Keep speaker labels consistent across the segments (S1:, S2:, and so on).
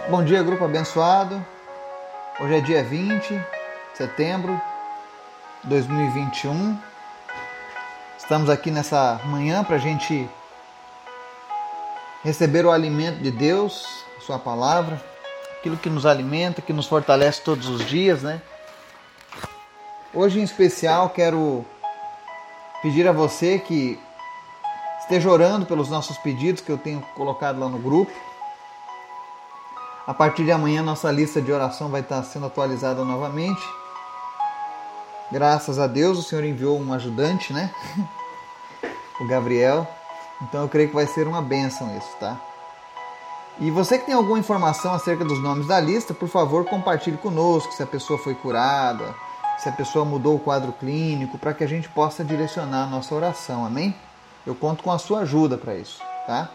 S1: Bom dia, grupo abençoado. Hoje é dia 20 de setembro de 2021. Estamos aqui nessa manhã para a gente receber o alimento de Deus, a sua palavra, aquilo que nos alimenta, que nos fortalece todos os dias, né? Hoje em especial quero pedir a você que esteja orando pelos nossos pedidos que eu tenho colocado lá no grupo. A partir de amanhã nossa lista de oração vai estar sendo atualizada novamente. Graças a Deus o Senhor enviou um ajudante, né? O Gabriel. Então eu creio que vai ser uma bênção isso, tá? E você que tem alguma informação acerca dos nomes da lista, por favor compartilhe conosco se a pessoa foi curada, se a pessoa mudou o quadro clínico, para que a gente possa direcionar a nossa oração, amém? Eu conto com a sua ajuda para isso, tá?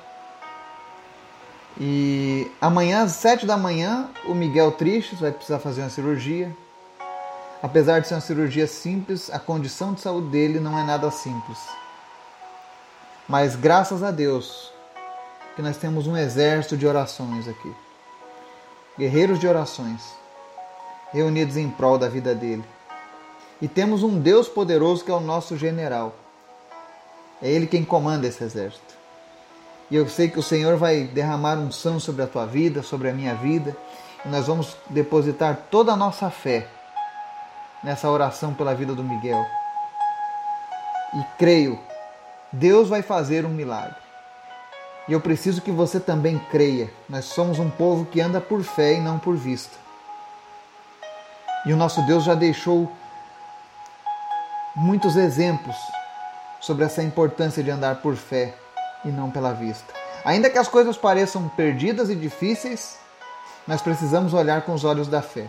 S1: E amanhã às 7 da manhã o Miguel Tristes vai precisar fazer uma cirurgia. Apesar de ser uma cirurgia simples, a condição de saúde dele não é nada simples. Mas graças a Deus que nós temos um exército de orações aqui. Guerreiros de orações reunidos em prol da vida dele. E temos um Deus poderoso que é o nosso general. É Ele quem comanda esse exército. E eu sei que o Senhor vai derramar unção sobre a tua vida, sobre a minha vida. E nós vamos depositar toda a nossa fé nessa oração pela vida do Miguel. E creio, Deus vai fazer um milagre. E eu preciso que você também creia. Nós somos um povo que anda por fé e não por vista. E o nosso Deus já deixou muitos exemplos sobre essa importância de andar por fé e não pela vista. Ainda que as coisas pareçam perdidas e difíceis, nós precisamos olhar com os olhos da fé.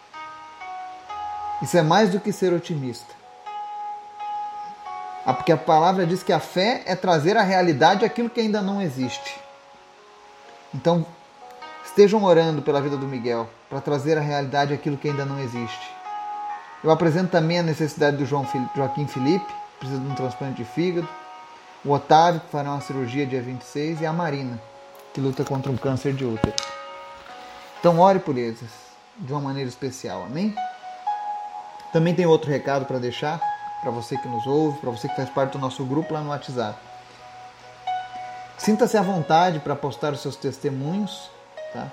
S1: Isso é mais do que ser otimista. Porque a palavra diz que a fé é trazer à realidade aquilo que ainda não existe. Então, estejam orando pela vida do Miguel, para trazer à realidade aquilo que ainda não existe. Eu apresento também a necessidade do Joaquim Felipe, que precisa de um transplante de fígado, o Otávio, que fará uma cirurgia dia 26, e a Marina, que luta contra um câncer de útero. Então ore por eles, de uma maneira especial, amém? Também tem outro recado para deixar, para você que nos ouve, para você que faz parte do nosso grupo lá no WhatsApp. Sinta-se à vontade para postar os seus testemunhos, tá?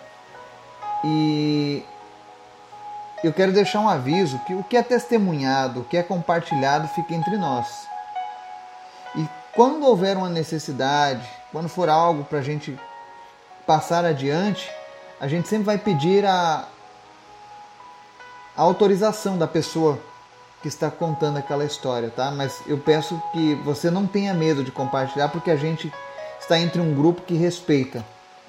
S1: E eu quero deixar um aviso que o que é testemunhado, o que é compartilhado, fica entre nós. E quando houver uma necessidade, quando for algo para a gente passar adiante, a gente sempre vai pedir a autorização da pessoa que está contando aquela história, tá? Mas eu peço que você não tenha medo de compartilhar, porque a gente está entre um grupo que respeita.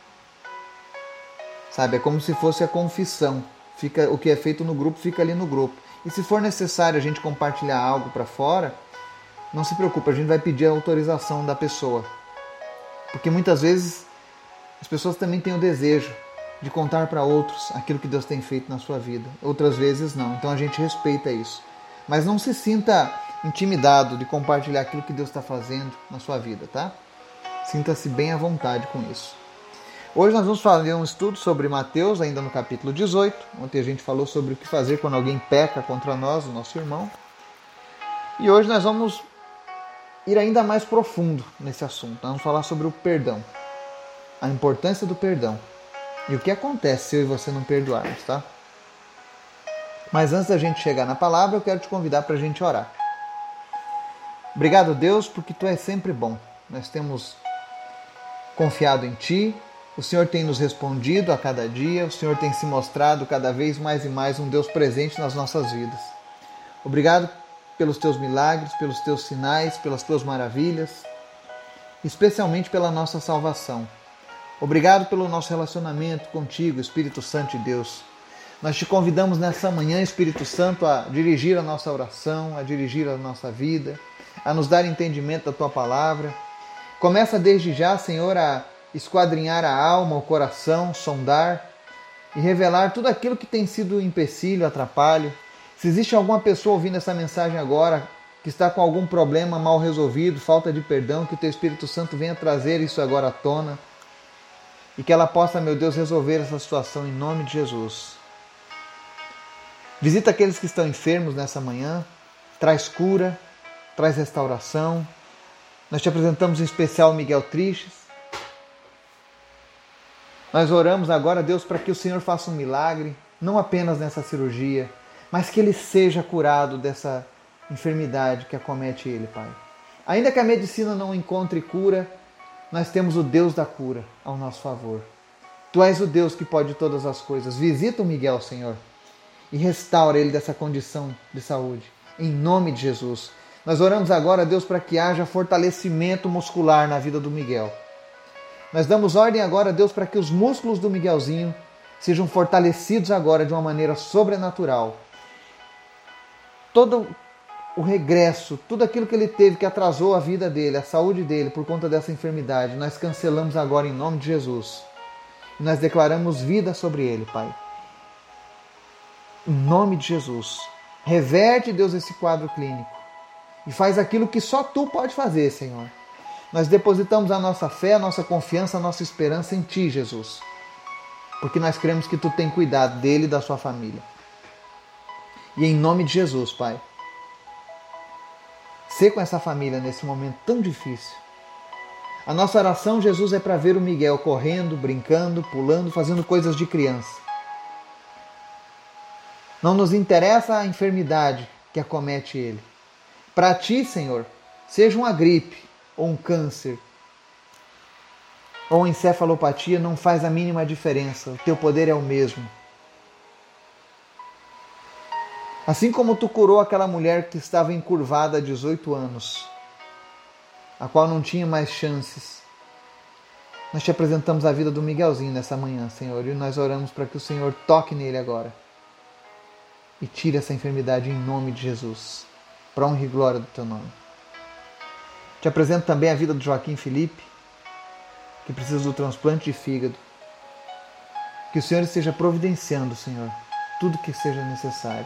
S1: Sabe? É como se fosse a confissão. O que é feito no grupo fica ali no grupo. E se for necessário a gente compartilhar algo para fora, não se preocupe, a gente vai pedir a autorização da pessoa. Porque muitas vezes as pessoas também têm o desejo de contar para outros aquilo que Deus tem feito na sua vida. Outras vezes não. Então a gente respeita isso. Mas não se sinta intimidado de compartilhar aquilo que Deus está fazendo na sua vida, tá? Sinta-se bem à vontade com isso. Hoje nós vamos fazer um estudo sobre Mateus, ainda no capítulo 18. Ontem a gente falou sobre o que fazer quando alguém peca contra nós, o nosso irmão. E hoje nós vamos ir ainda mais profundo nesse assunto. Nós vamos falar sobre o perdão, a importância do perdão e o que acontece se eu e você não perdoarmos, tá? Mas antes da gente chegar na palavra, eu quero te convidar para a gente orar. Obrigado, Deus, porque Tu és sempre bom. Nós temos confiado em Ti, o Senhor tem nos respondido a cada dia, o Senhor tem se mostrado cada vez mais e mais um Deus presente nas nossas vidas. Obrigado pelos Teus milagres, pelos Teus sinais, pelas Tuas maravilhas, especialmente pela nossa salvação. Obrigado pelo nosso relacionamento contigo, Espírito Santo de Deus. Nós te convidamos nessa manhã, Espírito Santo, a dirigir a nossa oração, a dirigir a nossa vida, a nos dar entendimento da Tua palavra. Começa desde já, Senhor, a esquadrinhar a alma, o coração, sondar e revelar tudo aquilo que tem sido empecilho, atrapalho. Se existe alguma pessoa ouvindo essa mensagem agora que está com algum problema mal resolvido, falta de perdão, que o Teu Espírito Santo venha trazer isso agora à tona. e que ela possa, meu Deus, resolver essa situação em nome de Jesus. Visita aqueles que estão enfermos nessa manhã, traz cura, traz restauração. Nós te apresentamos em especial o Miguel Triches. Nós oramos agora, Deus, para que o Senhor faça um milagre, não apenas nessa cirurgia, mas que ele seja curado dessa enfermidade que acomete ele, Pai. Ainda que a medicina não encontre cura, nós temos o Deus da cura ao nosso favor. Tu és o Deus que pode todas as coisas. Visita o Miguel, Senhor, e restaura ele dessa condição de saúde. Em nome de Jesus. Nós oramos agora, Deus, para que haja fortalecimento muscular na vida do Miguel. Nós damos ordem agora, Deus, para que os músculos do Miguelzinho sejam fortalecidos agora de uma maneira sobrenatural. Todo o regresso, tudo aquilo que ele teve que atrasou a vida dele, a saúde dele por conta dessa enfermidade, nós cancelamos agora em nome de Jesus. E nós declaramos vida sobre ele, Pai. Em nome de Jesus. Reverte, Deus, esse quadro clínico. E faz aquilo que só Tu pode fazer, Senhor. Nós depositamos a nossa fé, a nossa confiança, a nossa esperança em Ti, Jesus. Porque nós cremos que Tu tem cuidado dele e da sua família. E em nome de Jesus, Pai. Sê com essa família nesse momento tão difícil. A nossa oração, Jesus, é para ver o Miguel correndo, brincando, pulando, fazendo coisas de criança. Não nos interessa a enfermidade que acomete ele. Para Ti, Senhor, seja uma gripe, ou um câncer, ou encefalopatia, não faz a mínima diferença. O Teu poder é o mesmo. Assim como Tu curou aquela mulher que estava encurvada há 18 anos, a qual não tinha mais chances, nós Te apresentamos a vida do Miguelzinho nessa manhã, Senhor, e nós oramos para que o Senhor toque nele agora e tire essa enfermidade em nome de Jesus, para a honra e glória do Teu nome. Te apresento também a vida do Joaquim Felipe, que precisa do transplante de fígado. Que o Senhor esteja providenciando, Senhor, tudo que seja necessário.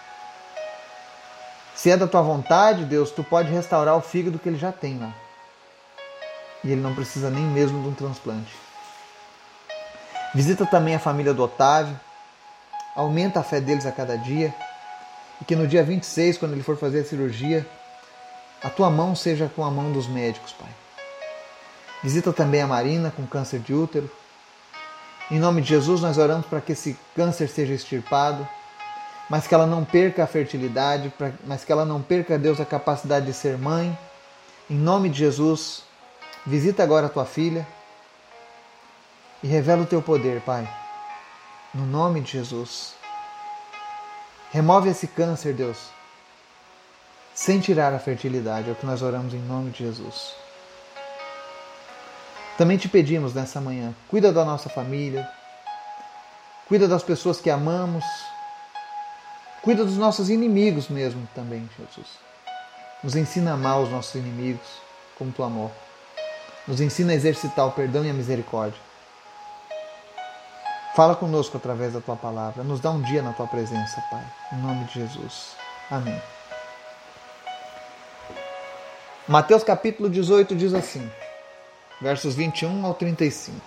S1: Se é da Tua vontade, Deus, Tu pode restaurar o fígado que ele já tem lá. E ele não precisa nem mesmo de um transplante. Visita também a família do Otávio. Aumenta a fé deles a cada dia. E que no dia 26, quando ele for fazer a cirurgia, a Tua mão seja com a mão dos médicos, Pai. Visita também a Marina com câncer de útero. Em nome de Jesus, nós oramos para que esse câncer seja extirpado, mas que ela não perca a fertilidade, mas que ela não perca, Deus, a capacidade de ser mãe. Em nome de Jesus, visita agora a Tua filha e revela o Teu poder, Pai. No nome de Jesus. Remove esse câncer, Deus, sem tirar a fertilidade. É o que nós oramos em nome de Jesus. Também Te pedimos nessa manhã, cuida da nossa família, cuida das pessoas que amamos, cuida dos nossos inimigos mesmo também, Jesus. Nos ensina a amar os nossos inimigos como Tu amor. Nos ensina a exercitar o perdão e a misericórdia. Fala conosco através da Tua palavra. Nos dá um dia na Tua presença, Pai. Em nome de Jesus. Amém. Mateus capítulo 18 diz assim, versos 21 ao 35.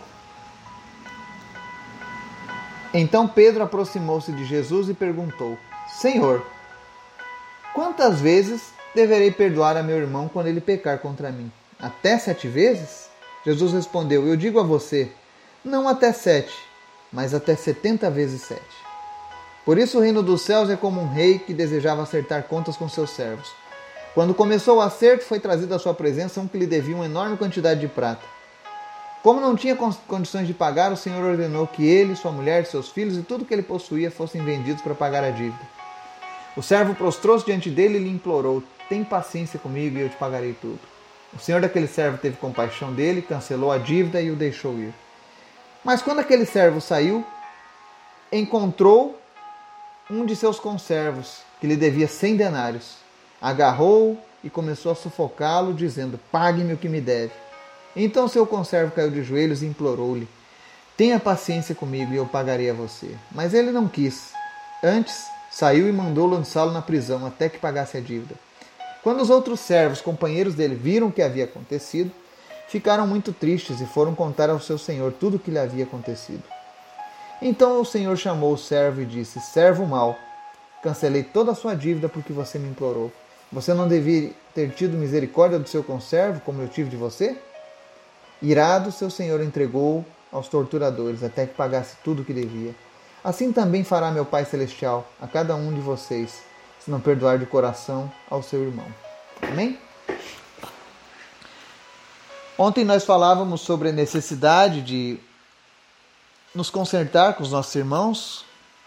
S1: Então Pedro aproximou-se de Jesus e perguntou: Senhor, quantas vezes deverei perdoar a meu irmão quando ele pecar contra mim? Até 7 vezes? Jesus respondeu: Eu digo a você, não até 7, mas até 70 vezes 7. Por isso o reino dos céus é como um rei que desejava acertar contas com seus servos. Quando começou o acerto, foi trazido à sua presença um que lhe devia uma enorme quantidade de prata. Como não tinha condições de pagar, o Senhor ordenou que ele, sua mulher, seus filhos e tudo que ele possuía fossem vendidos para pagar a dívida. O servo prostrou-se diante dele e lhe implorou: Tem paciência comigo e eu te pagarei tudo. O senhor daquele servo teve compaixão dele, cancelou a dívida e o deixou ir. Mas quando aquele servo saiu, encontrou um de seus conservos, que lhe devia 100 denários. Agarrou-o e começou a sufocá-lo, dizendo: Pague-me o que me deve. Então seu conservo caiu de joelhos e implorou-lhe: Tenha paciência comigo e eu pagarei a você. Mas ele não quis. Antes, saiu e mandou lançá-lo na prisão até que pagasse a dívida. Quando os outros servos, companheiros dele, viram o que havia acontecido, ficaram muito tristes e foram contar ao seu senhor tudo o que lhe havia acontecido. Então o senhor chamou o servo e disse: servo mau, cancelei toda a sua dívida porque você me implorou. Você não devia ter tido misericórdia do seu conservo, como eu tive de você? Irado, seu senhor entregou aos torturadores, até que pagasse tudo o que devia. Assim também fará meu Pai Celestial a cada um de vocês, se não perdoar de coração ao seu irmão. Amém? Ontem nós falávamos sobre a necessidade de nos consertar com os nossos irmãos,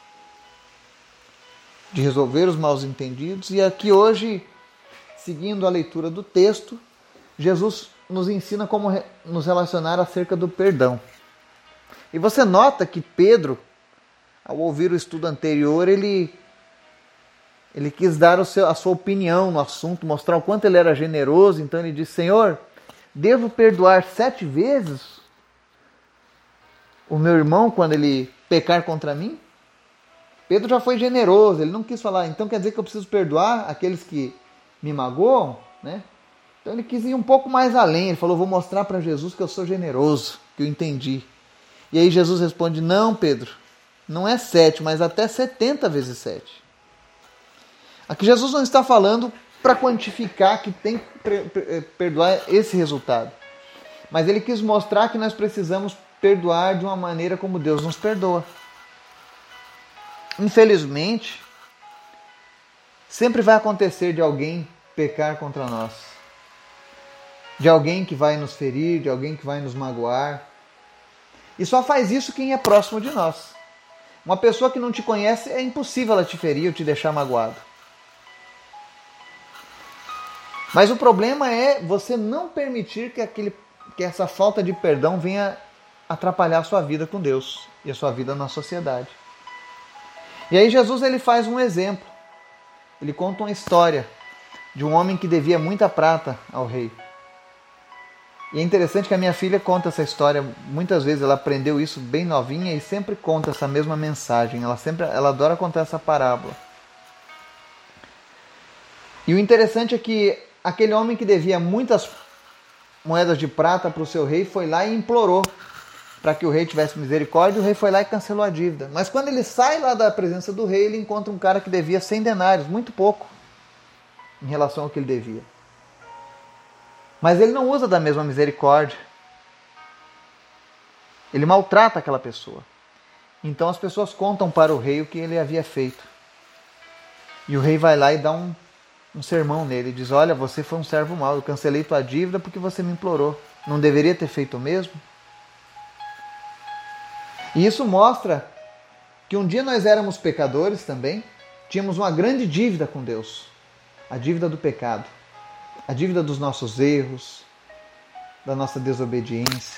S1: de resolver os mal-entendidos. E aqui hoje, seguindo a leitura do texto, Jesus nos ensina como nos relacionar acerca do perdão. E você nota que Pedro, ao ouvir o estudo anterior, ele quis dar a sua opinião no assunto, mostrar o quanto ele era generoso. Então ele disse: Senhor, devo perdoar 7 vezes o meu irmão quando ele pecar contra mim? Pedro já foi generoso, ele não quis falar, então quer dizer que eu preciso perdoar aqueles que me magoam, né? Então ele quis ir um pouco mais além, ele falou: vou mostrar para Jesus que eu sou generoso, que eu entendi. E aí Jesus responde: não, Pedro, não é 7, mas até 70 vezes 7. Aqui Jesus não está falando para quantificar que tem que perdoar esse resultado, mas ele quis mostrar que nós precisamos perdoar de uma maneira como Deus nos perdoa. Infelizmente, sempre vai acontecer de alguém pecar contra nós, de alguém que vai nos ferir, de alguém que vai nos magoar. E só faz isso quem é próximo de nós. Uma pessoa que não te conhece, é impossível ela te ferir ou te deixar magoado. Mas o problema é você não permitir que essa falta de perdão venha atrapalhar a sua vida com Deus e a sua vida na sociedade. E aí Jesus ele faz um exemplo. Ele conta uma história de um homem que devia muita prata ao rei. E é interessante que a minha filha conta essa história. Muitas vezes ela aprendeu isso bem novinha e sempre conta essa mesma mensagem. Ela adora contar essa parábola. E o interessante é que aquele homem que devia muitas moedas de prata para o seu rei foi lá e implorou para que o rei tivesse misericórdia. O rei foi lá e cancelou a dívida. Mas quando ele sai lá da presença do rei, ele encontra um cara que devia 100 denários, muito pouco em relação ao que ele devia. Mas ele não usa da mesma misericórdia. Ele maltrata aquela pessoa. Então as pessoas contam para o rei o que ele havia feito. E o rei vai lá e dá um sermão nele. Diz: olha, você foi um servo mau. Eu cancelei tua dívida porque você me implorou. Não deveria ter feito o mesmo? E isso mostra que um dia nós éramos pecadores também. Tínhamos uma grande dívida com Deus. A dívida do pecado. A dívida dos nossos erros, da nossa desobediência.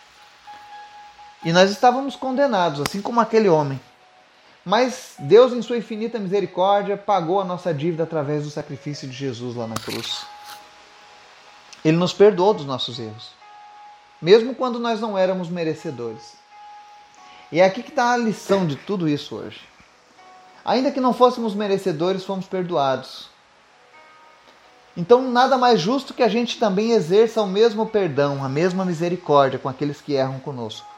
S1: E nós estávamos condenados, assim como aquele homem. Mas Deus, em sua infinita misericórdia, pagou a nossa dívida através do sacrifício de Jesus lá na cruz. Ele nos perdoou dos nossos erros, mesmo quando nós não éramos merecedores. E é aqui que está a lição de tudo isso hoje. Ainda que não fôssemos merecedores, fomos perdoados. Então, nada mais justo que a gente também exerça o mesmo perdão, a mesma misericórdia com aqueles que erram conosco.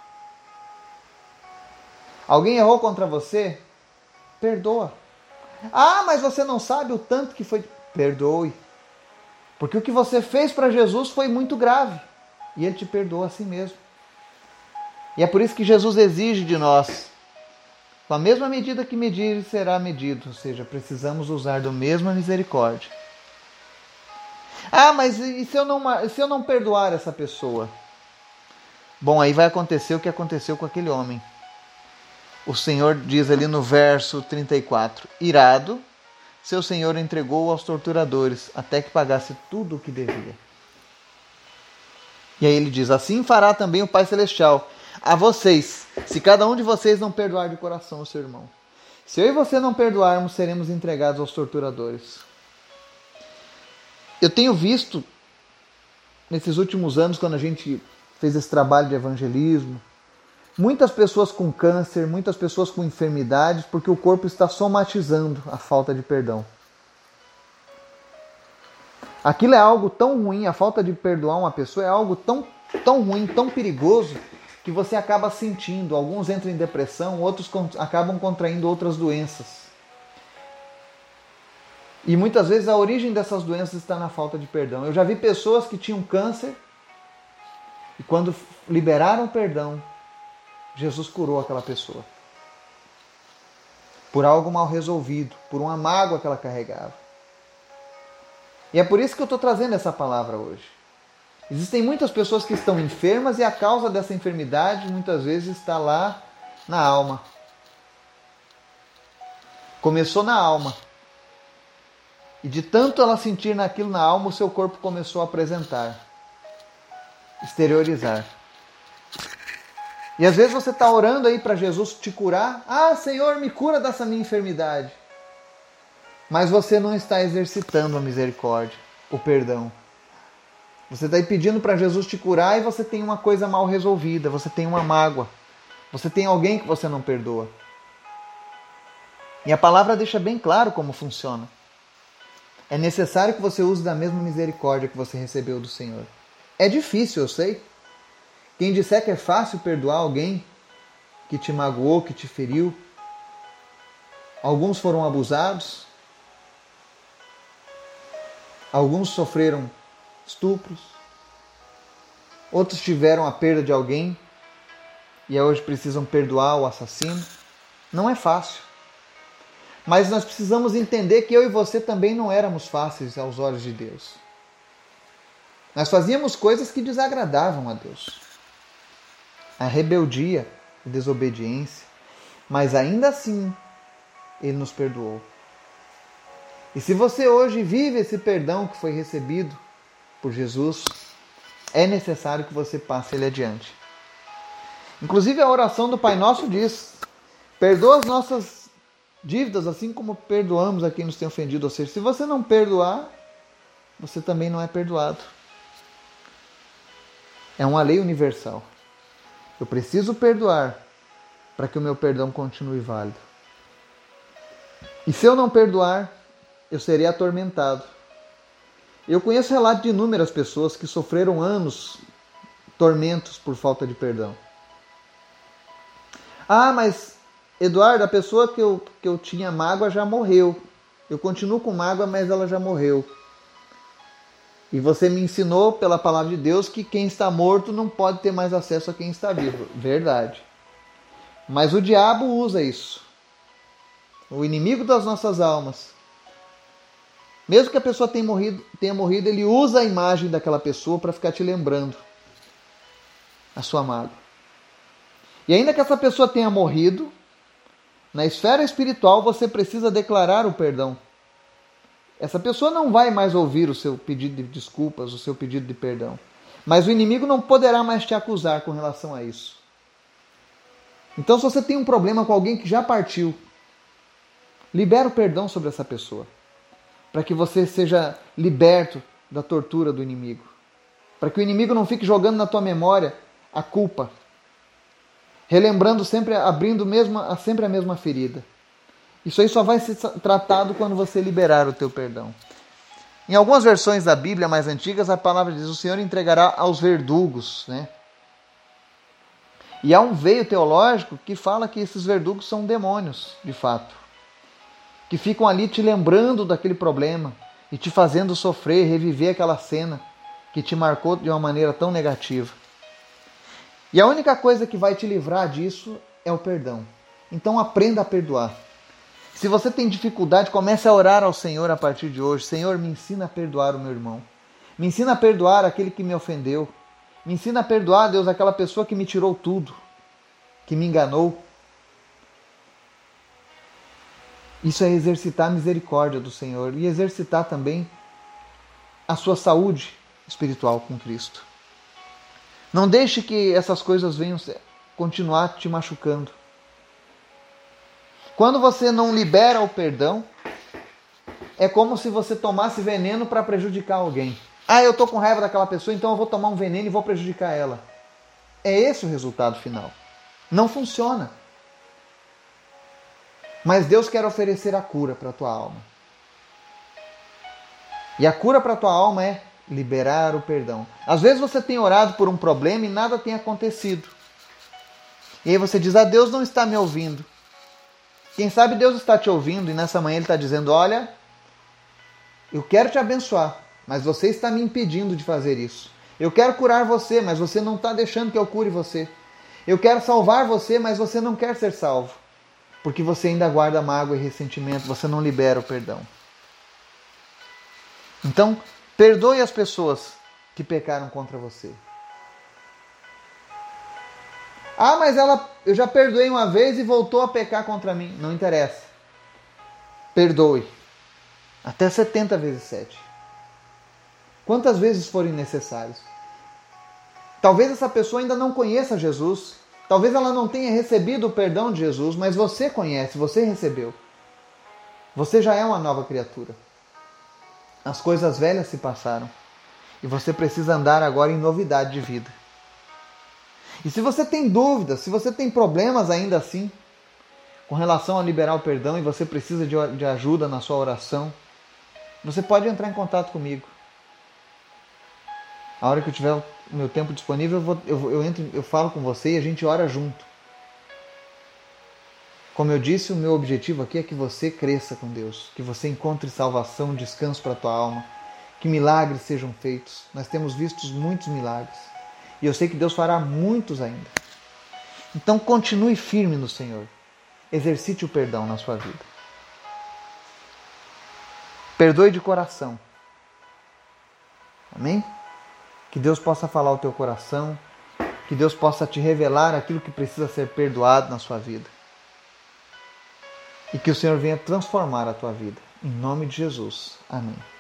S1: Alguém errou contra você? Perdoa. Ah, mas você não sabe o tanto que foi. Perdoe. Porque o que você fez para Jesus foi muito grave. E Ele te perdoa assim mesmo. E é por isso que Jesus exige de nós, com a mesma medida que medir, será medido. Ou seja, precisamos usar da mesma misericórdia. Ah, mas e se eu não perdoar essa pessoa? Bom, aí vai acontecer o que aconteceu com aquele homem. O Senhor diz ali no verso 34, irado, seu Senhor entregou aos torturadores, até que pagasse tudo o que devia. E aí ele diz, assim fará também o Pai Celestial a vocês, se cada um de vocês não perdoar de coração o seu irmão. Se eu e você não perdoarmos, seremos entregados aos torturadores. Eu tenho visto, nesses últimos anos, quando a gente fez esse trabalho de evangelismo, muitas pessoas com câncer, muitas pessoas com enfermidades, porque o corpo está somatizando a falta de perdão. Aquilo é algo tão ruim, a falta de perdoar uma pessoa é algo tão ruim, tão perigoso, que você acaba sentindo. Alguns entram em depressão, outros acabam contraindo outras doenças. E muitas vezes a origem dessas doenças está na falta de perdão. Eu já vi pessoas que tinham câncer e quando liberaram o perdão, Jesus curou aquela pessoa. Por algo mal resolvido, por uma mágoa que ela carregava. E é por isso que eu estou trazendo essa palavra hoje. Existem muitas pessoas que estão enfermas e a causa dessa enfermidade muitas vezes está lá na alma. Começou na alma. E de tanto ela sentir naquilo na alma, o seu corpo começou a apresentar, exteriorizar. E às vezes você está orando aí para Jesus te curar. Ah, Senhor, me cura dessa minha enfermidade. Mas você não está exercitando a misericórdia, o perdão. Você está aí pedindo para Jesus te curar e você tem uma coisa mal resolvida, você tem uma mágoa, você tem alguém que você não perdoa. E a palavra deixa bem claro como funciona. É necessário que você use da mesma misericórdia que você recebeu do Senhor. É difícil, eu sei. Quem disser que é fácil perdoar alguém que te magoou, que te feriu. Alguns foram abusados. Alguns sofreram estupros. Outros tiveram a perda de alguém e hoje precisam perdoar o assassino. Não é fácil. Mas nós precisamos entender que eu e você também não éramos fáceis aos olhos de Deus. Nós fazíamos coisas que desagradavam a Deus. A rebeldia, a desobediência. Mas ainda assim, Ele nos perdoou. E se você hoje vive esse perdão que foi recebido por Jesus, é necessário que você passe ele adiante. Inclusive a oração do Pai Nosso diz: perdoa as nossas dívidas assim como perdoamos a quem nos tem ofendido. Ou seja, se você não perdoar, você também não é perdoado. É uma lei universal. Eu preciso perdoar para que o meu perdão continue válido. E se eu não perdoar, eu serei atormentado. Eu conheço relatos de inúmeras pessoas que sofreram anos tormentos por falta de perdão. Ah, mas Eduardo, a pessoa que eu tinha mágoa já morreu. Eu continuo com mágoa, mas ela já morreu. E você me ensinou pela palavra de Deus que quem está morto não pode ter mais acesso a quem está vivo. Verdade. Mas o diabo usa isso. O inimigo das nossas almas. Mesmo que a pessoa tenha morrido, ele usa a imagem daquela pessoa para ficar te lembrando a sua mágoa. E ainda que essa pessoa tenha morrido, na esfera espiritual você precisa declarar o perdão. Essa pessoa não vai mais ouvir o seu pedido de desculpas, o seu pedido de perdão. Mas o inimigo não poderá mais te acusar com relação a isso. Então, se você tem um problema com alguém que já partiu, libera o perdão sobre essa pessoa. Para que você seja liberto da tortura do inimigo. Para que o inimigo não fique jogando na tua memória a culpa. Relembrando sempre, abrindo sempre a mesma ferida. Isso aí só vai ser tratado quando você liberar o teu perdão. Em algumas versões da Bíblia mais antigas, a palavra diz: o Senhor entregará aos verdugos, né? E há um veio teológico que fala que esses verdugos são demônios, de fato. Que ficam ali te lembrando daquele problema e te fazendo sofrer, reviver aquela cena que te marcou de uma maneira tão negativa. E a única coisa que vai te livrar disso é o perdão. Então aprenda a perdoar. Se você tem dificuldade, comece a orar ao Senhor a partir de hoje. Senhor, me ensina a perdoar o meu irmão. Me ensina a perdoar aquele que me ofendeu. Me ensina a perdoar, Deus, aquela pessoa que me tirou tudo, que me enganou. Isso é exercitar a misericórdia do Senhor e exercitar também a sua saúde espiritual com Cristo. Não deixe que essas coisas venham continuar te machucando. Quando você não libera o perdão, é como se você tomasse veneno para prejudicar alguém. Ah, eu estou com raiva daquela pessoa, então eu vou tomar um veneno e vou prejudicar ela. É esse o resultado final. Não funciona. Mas Deus quer oferecer a cura para a tua alma. E a cura para a tua alma é liberar o perdão. Às vezes você tem orado por um problema e nada tem acontecido. E aí você diz, Deus não está me ouvindo. Quem sabe Deus está te ouvindo e nessa manhã Ele está dizendo, olha, eu quero te abençoar, mas você está me impedindo de fazer isso. Eu quero curar você, mas você não está deixando que eu cure você. Eu quero salvar você, mas você não quer ser salvo. Porque você ainda guarda mágoa e ressentimento, você não libera o perdão. Então, perdoe as pessoas que pecaram contra você. Mas eu já perdoei uma vez e voltou a pecar contra mim. Não interessa. Perdoe. Até 70 vezes 7. Quantas vezes forem necessárias. Talvez essa pessoa ainda não conheça Jesus. Talvez ela não tenha recebido o perdão de Jesus, mas você conhece, você recebeu. Você já é uma nova criatura. As coisas velhas se passaram. E você precisa andar agora em novidade de vida. E se você tem dúvidas, se você tem problemas ainda assim, com relação a liberar o perdão e você precisa de ajuda na sua oração, você pode entrar em contato comigo. A hora que eu tiver o meu tempo disponível, eu falo com você e a gente ora junto. Como eu disse, o meu objetivo aqui é que você cresça com Deus, que você encontre salvação, descanso para a tua alma, que milagres sejam feitos. Nós temos visto muitos milagres e eu sei que Deus fará muitos ainda. Então continue firme no Senhor. Exercite o perdão na sua vida. Perdoe de coração. Amém? Que Deus possa falar ao teu coração, que Deus possa te revelar aquilo que precisa ser perdoado na sua vida. E que o Senhor venha transformar a tua vida. Em nome de Jesus. Amém.